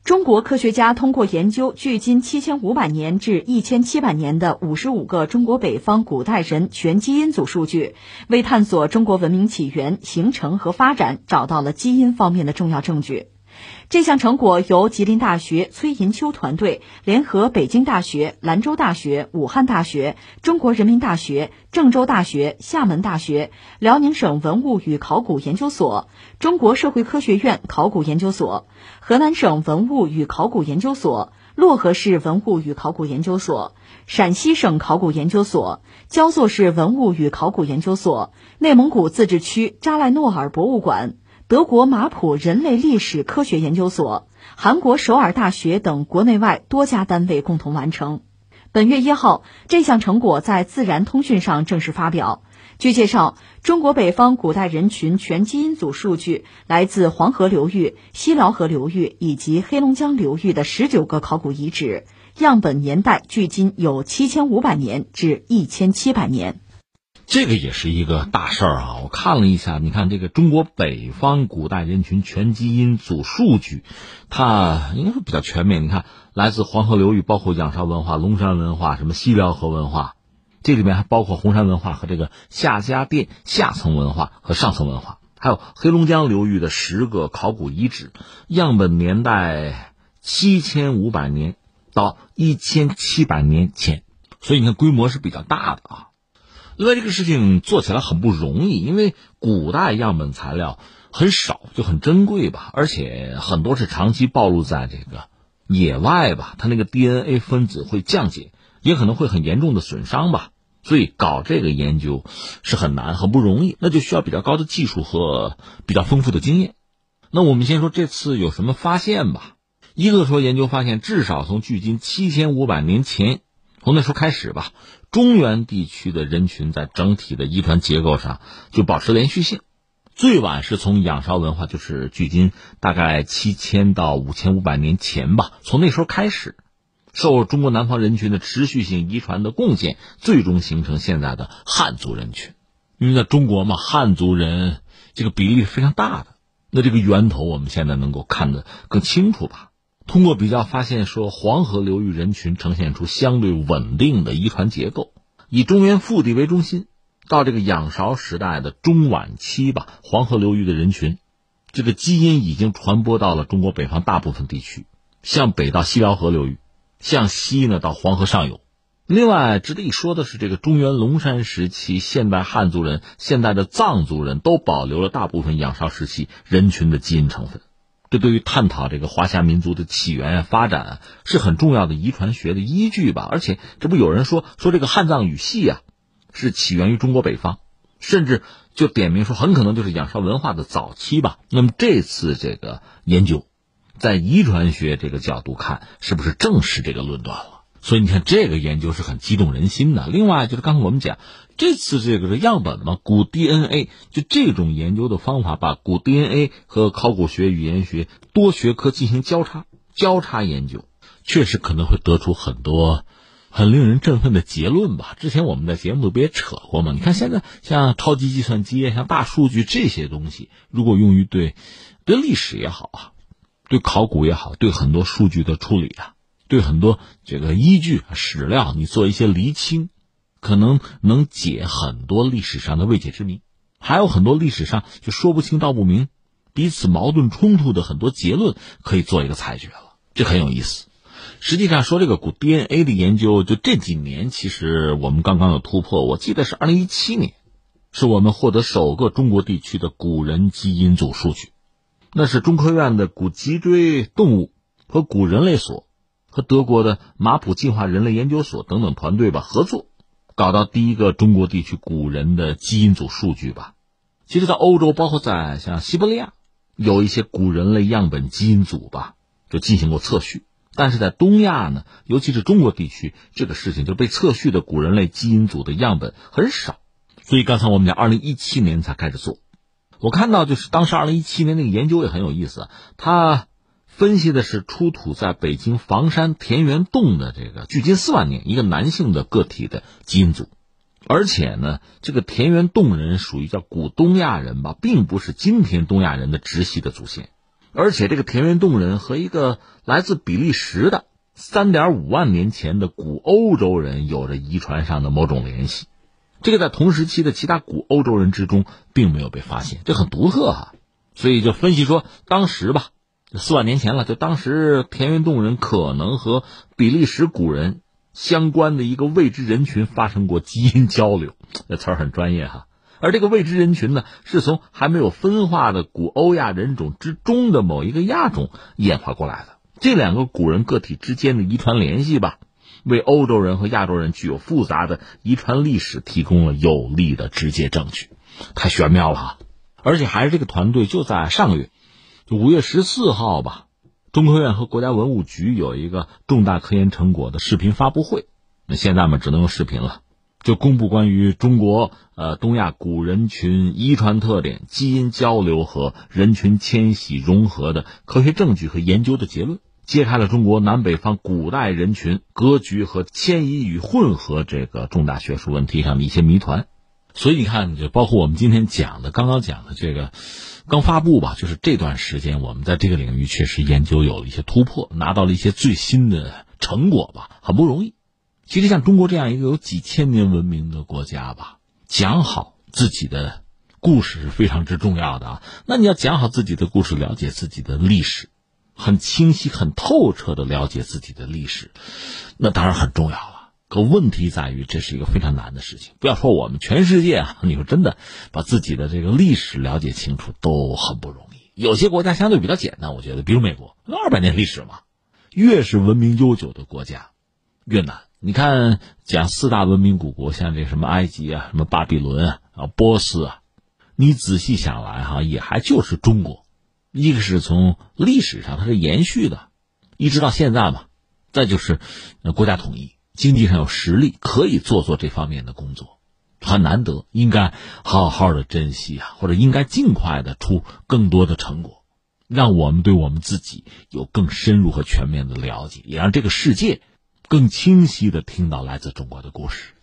中国科学家通过研究距今7500年至1700年的55个中国北方古代人全基因组数据，为探索中国文明起源、形成和发展找到了基因方面的重要证据。这项成果由吉林大学崔银秋团队联合北京大学、兰州大学、武汉大学、中国人民大学、郑州大学、厦门大学、辽宁省文物与考古研究所、中国社会科学院考古研究所、河南省文物与考古研究所、漯河市文物与考古研究所、陕西省考古研究所、焦作市文物与考古研究所、内蒙古自治区扎赖诺尔博物馆、德国马普人类历史科学研究所、韩国首尔大学等国内外多家单位共同完成。本月1号，这项成果在《自然通讯》上正式发表。据介绍，中国北方古代人群全基因组数据来自黄河流域、西辽河流域以及黑龙江流域的19个考古遗址，样本年代距今有7500年至1700年。 这个也是一个大事儿啊！我看了一下，你看这个中国北方古代人群全基因组数据，它应该是比较全面。你看，来自黄河流域，包括仰韶文化、龙山文化、什么西辽河文化，这里面还包括红山文化和这个夏家店下层文化和上层文化，还有黑龙江流域的10个考古遗址，样本年代7500年到1700年前，所以你看规模是比较大的啊。另外，这个事情做起来很不容易，因为古代样本材料很少，就很珍贵吧，而且很多是长期暴露在这个野外吧，它那个 DNA 分子会降解，也可能会很严重的损伤吧，所以搞这个研究是很难，很不容易，那就需要比较高的技术和比较丰富的经验。那我们先说这次有什么发现吧。一个说研究发现，至少从距今7500年前，从那时候开始吧，中原地区的人群在整体的遗传结构上就保持连续性。最晚是从仰韶文化，就是距今大概7000到5500年前吧，从那时候开始，受中国南方人群的持续性遗传的贡献，最终形成现在的汉族人群。因为在中国嘛，汉族人这个比例是非常大的，那这个源头我们现在能够看得更清楚吧。通过比较发现说，黄河流域人群呈现出相对稳定的遗传结构，以中原腹地为中心，到这个仰韶时代的中晚期吧，黄河流域的人群，这个基因已经传播到了中国北方大部分地区，向北到西辽河流域，向西呢到黄河上游。另外值得一说的是，这个中原龙山时期，现代汉族人、现代的藏族人都保留了大部分仰韶时期人群的基因成分。这对于探讨这个华夏民族的起源发展是很重要的遗传学的依据吧。而且这不有人说这个汉藏语系啊是起源于中国北方，甚至就点名说很可能就是仰韶文化的早期吧。那么这次这个研究在遗传学这个角度看，是不是证实这个论断了？所以你看这个研究是很激动人心的。另外就是刚才我们讲这次这个样本嘛，古 DNA 就这种研究的方法，把古 DNA 和考古学、语言学多学科进行交叉研究，确实可能会得出很多很令人振奋的结论吧。之前我们在节目里不也扯过嘛？你看现在像超级计算机、像大数据这些东西，如果用于对历史也好啊，对考古也好，对很多数据的处理啊，对很多这个依据史料你做一些厘清，可能能解很多历史上的未解之谜，还有很多历史上就说不清道不明、彼此矛盾冲突的很多结论可以做一个裁决了，这很有意思。实际上说这个古 DNA 的研究，就这几年其实我们刚刚有突破，我记得是2017年，是我们获得首个中国地区的古人基因组数据，那是中科院的古脊椎动物和古人类所和德国的马普进化人类研究所等等团队吧合作，搞到第一个中国地区古人的基因组数据吧。其实在欧洲，包括在像西伯利亚，有一些古人类样本基因组吧，就进行过测序。但是在东亚呢，尤其是中国地区，这个事情就被测序的古人类基因组的样本很少。所以刚才我们讲2017年才开始做。我看到就是当时2017年那个研究也很有意思啊，它分析的是出土在北京房山田园洞的这个距今4万年一个男性的个体的基因组。而且呢，这个田园洞人属于叫古东亚人吧，并不是今天东亚人的直系的祖先。 而且这个田园洞人和一个来自比利时的3.5万年前的古欧洲人有着遗传上的某种联系，这个在同时期的其他古欧洲人之中并没有被发现，这很独特啊。所以就分析说，当时吧，4万年前了，就当时田园洞人可能和比利时古人相关的一个未知人群发生过基因交流，这词儿很专业哈。而这个未知人群呢，是从还没有分化的古欧亚人种之中的某一个亚种演化过来的。这两个古人个体之间的遗传联系吧，为欧洲人和亚洲人具有复杂的遗传历史提供了有力的直接证据，太玄妙了哈。而且还是这个团队就在上个月，就5月14号吧，中科院和国家文物局有一个重大科研成果的视频发布会，那现在嘛只能用视频了，就公布关于中国东亚古人群遗传特点、基因交流和人群迁徙融合的科学证据和研究的结论，揭开了中国南北方古代人群格局和迁移与混合这个重大学术问题上的一些谜团。所以你看，就包括我们今天刚刚讲的这个刚发布吧，就是这段时间我们在这个领域确实研究有了一些突破，拿到了一些最新的成果吧，很不容易。其实像中国这样一个有几千年文明的国家吧，讲好自己的故事是非常之重要的啊。那你要讲好自己的故事，了解自己的历史，很清晰很透彻的了解自己的历史，那当然很重要了。可问题在于，这是一个非常难的事情。不要说我们全世界啊，你说真的把自己的这个历史了解清楚都很不容易。有些国家相对比较简单，我觉得，比如美国，200年历史嘛。越是文明悠久的国家越难。你看讲4大文明古国，像这什么埃及啊、什么巴比伦啊、波斯啊，你仔细想来哈，也还就是中国。一个是从历史上它是延续的，一直到现在嘛。再就是国家统一，经济上有实力，可以做这方面的工作，很难得，应该好好的珍惜啊，或者应该尽快的出更多的成果，让我们对我们自己有更深入和全面的了解，也让这个世界更清晰的听到来自中国的故事。